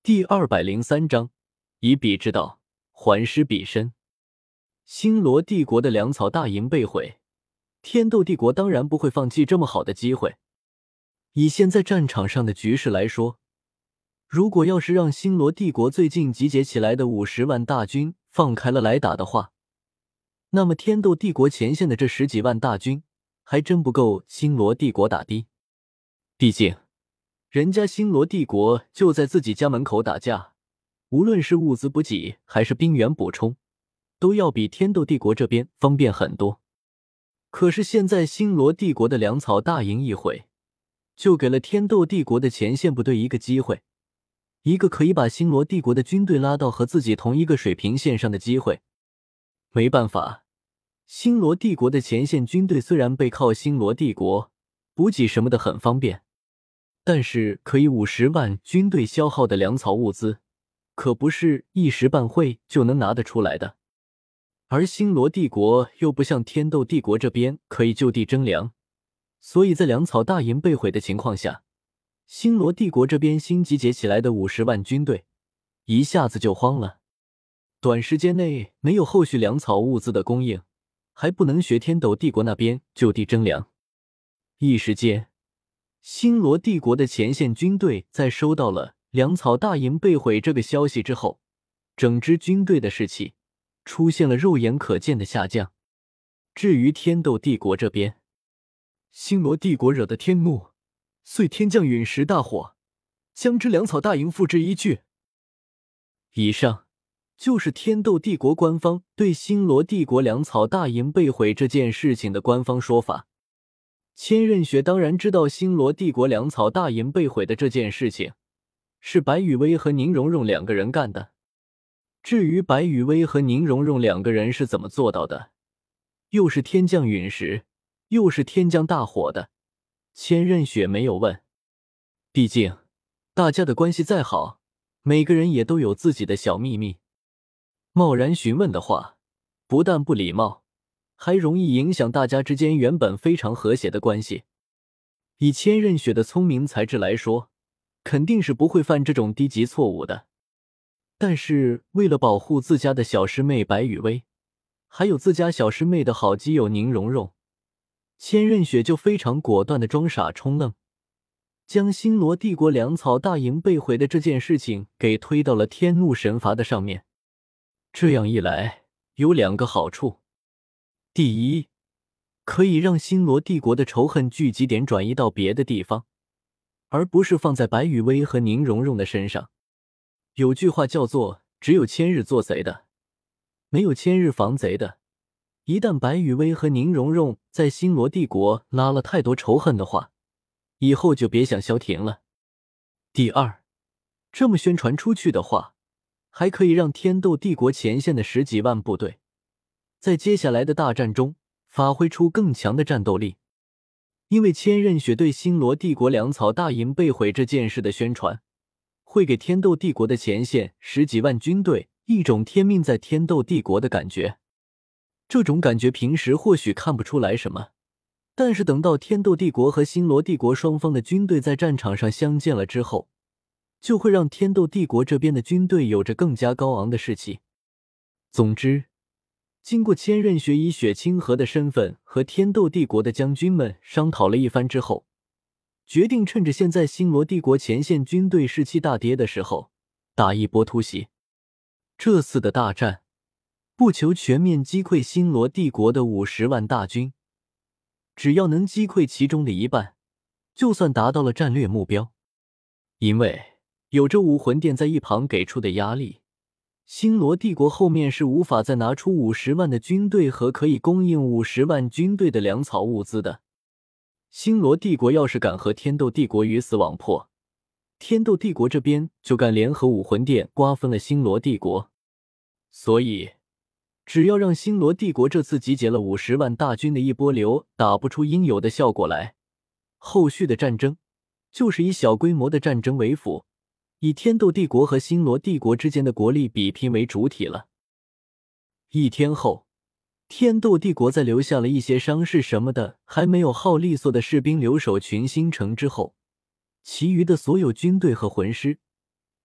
第203章以彼之道还施彼身。星罗帝国的粮草大营被毁，天斗帝国当然不会放弃这么好的机会。以现在战场上的局势来说，如果要是让星罗帝国最近集结起来的50万大军放开了来打的话，那么天斗帝国前线的这10几万大军还真不够星罗帝国打的。毕竟人家星罗帝国就在自己家门口打架，无论是物资补给还是兵源补充，都要比天斗帝国这边方便很多。可是现在星罗帝国的粮草大营一毁，就给了天斗帝国的前线部队一个机会，一个可以把星罗帝国的军队拉到和自己同一个水平线上的机会。没办法，星罗帝国的前线军队虽然背靠星罗帝国，补给什么的很方便，但是可以50万军队消耗的粮草物资，可不是一时半会就能拿得出来的。而星罗帝国又不像天斗帝国这边可以就地征粮，所以在粮草大营被毁的情况下，星罗帝国这边新集结起来的50万军队一下子就慌了。短时间内没有后续粮草物资的供应，还不能学天斗帝国那边就地征粮。一时间，星罗帝国的前线军队在收到了粮草大营被毁这个消息之后，整支军队的士气出现了肉眼可见的下降。至于天斗帝国这边，星罗帝国惹得天怒，遂天降陨石大火，将之粮草大营付之一炬。以上就是天斗帝国官方对星罗帝国粮草大营被毁这件事情的官方说法。千仞雪当然知道星罗帝国粮草大营被毁的这件事情是白羽薇和宁荣荣两个人干的。至于白羽薇和宁荣荣两个人是怎么做到的，又是天降陨石，又是天降大火的，千仞雪没有问。毕竟大家的关系再好，每个人也都有自己的小秘密，贸然询问的话，不但不礼貌，还容易影响大家之间原本非常和谐的关系。以千仞雪的聪明才智来说，肯定是不会犯这种低级错误的。但是为了保护自家的小师妹白羽薇，还有自家小师妹的好基友宁荣荣，千仞雪就非常果断地装傻充愣，将星罗帝国粮草大营被毁的这件事情给推到了天怒神罚的上面。这样一来有2个好处。第一，可以让星罗帝国的仇恨聚集点转移到别的地方，而不是放在白羽薇和宁荣荣的身上。有句话叫做只有千日做贼的，没有千日防贼的。一旦白羽薇和宁荣荣在星罗帝国拉了太多仇恨的话，以后就别想消停了。第二，这么宣传出去的话，还可以让天斗帝国前线的10几万部队在接下来的大战中发挥出更强的战斗力。因为千仞雪对星罗帝国粮草大营被毁这件事的宣传，会给天斗帝国的前线10几万军队一种天命在天斗帝国的感觉。这种感觉平时或许看不出来什么，但是等到天斗帝国和星罗帝国双方的军队在战场上相见了之后，就会让天斗帝国这边的军队有着更加高昂的士气。总之，经过千仞雪以雪清河的身份和天斗帝国的将军们商讨了一番之后，决定趁着现在星罗帝国前线军队士气大跌的时候，打一波突袭。这次的大战不求全面击溃星罗帝国的50万大军，只要能击溃其中的一半，就算达到了战略目标。因为有着武魂殿在一旁给出的压力，星罗帝国后面是无法再拿出50万的军队和可以供应50万军队的粮草物资的。星罗帝国要是敢和天斗帝国鱼死网破，天斗帝国这边就敢联合武魂殿瓜分了星罗帝国。所以只要让星罗帝国这次集结了50万大军的一波流打不出应有的效果来，后续的战争就是以小规模的战争为辅，以天斗帝国和星罗帝国之间的国力比拼为主体了。一天后，天斗帝国在留下了一些伤势什么的还没有耗利索的士兵留守群星城之后，其余的所有军队和魂师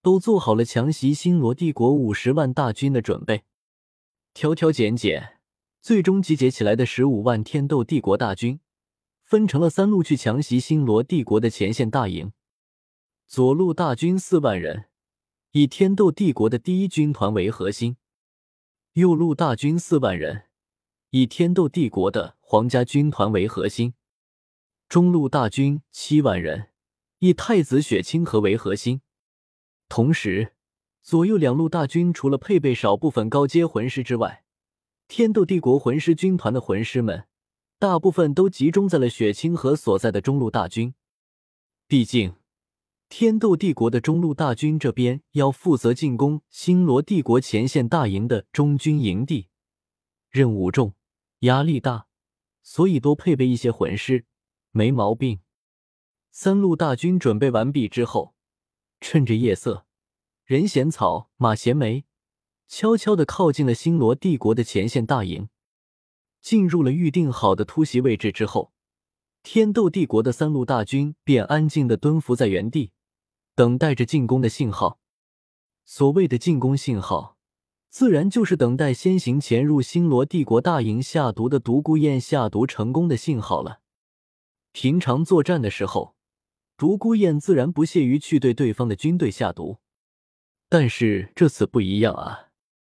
都做好了强袭星罗帝国50万大军的准备。挑挑拣拣，最终集结起来的15万天斗帝国大军，分成了3路去强袭星罗帝国的前线大营。左路大军4万人，以天斗帝国的第一军团为核心；右路大军4万人，以天斗帝国的皇家军团为核心；中路大军7万人，以太子血清河为核心。同时，左右2路大军除了配备少部分高阶魂师之外，天斗帝国魂师军团的魂师们大部分都集中在了血清河所在的中路大军。毕竟天斗帝国的中路大军这边要负责进攻星罗帝国前线大营的中军营地，任务重，压力大，所以多配备一些魂师没毛病。3路大军准备完毕之后，趁着夜色，人衔草，马衔枚，悄悄地靠近了星罗帝国的前线大营。进入了预定好的突袭位置之后，天斗帝国的3路大军便安静地蹲伏在原地，等待着进攻的信号。所谓的进攻信号，自然就是等待先行潜入星罗帝国大营下毒的独孤雁下毒成功的信号了。平常作战的时候，独孤雁自然不屑于去对对方的军队下毒，但是这次不一样啊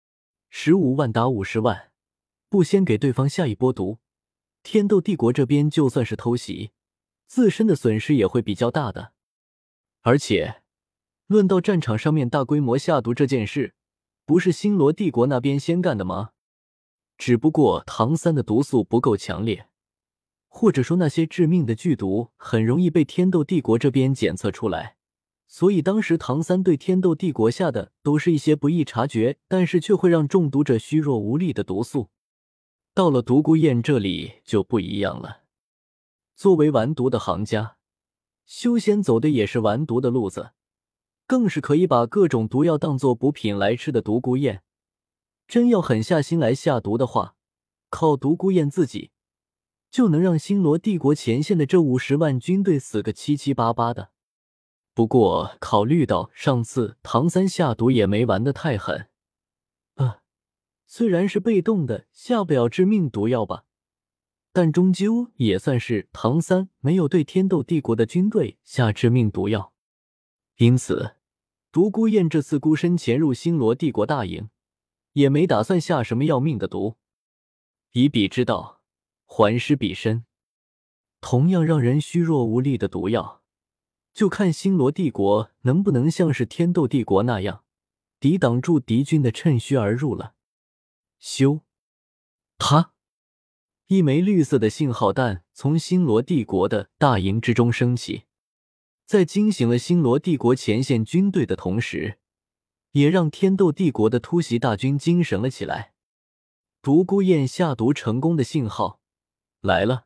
！15万打50万，不先给对方下一波毒，天斗帝国这边就算是偷袭，自身的损失也会比较大的。而且，论到战场上面大规模下毒这件事，不是星罗帝国那边先干的吗？只不过唐三的毒素不够强烈，或者说那些致命的剧毒很容易被天斗帝国这边检测出来，所以当时唐三对天斗帝国下的都是一些不易察觉，但是却会让中毒者虚弱无力的毒素。到了独孤雁这里就不一样了，作为完毒的行家，修仙走的也是完毒的路子，更是可以把各种毒药当作补品来吃的独孤雁。真要狠下心来下毒的话，靠独孤雁自己就能让星罗帝国前线的这50万军队死个七七八八的。不过考虑到上次唐三下毒也没玩得太狠，虽然是被动的下不了致命毒药吧，但终究也算是唐三没有对天斗帝国的军队下致命毒药。因此独孤雁这次孤身潜入星罗帝国大营，也没打算下什么要命的毒。以彼之道还施彼身，同样让人虚弱无力的毒药，就看星罗帝国能不能像是天斗帝国那样抵挡住敌军的趁虚而入了。咻！啪！一枚绿色的信号弹从星罗帝国的大营之中升起，在惊醒了星罗帝国前线军队的同时，也让天斗帝国的突袭大军精神了起来。独孤雁下毒成功的信号来了。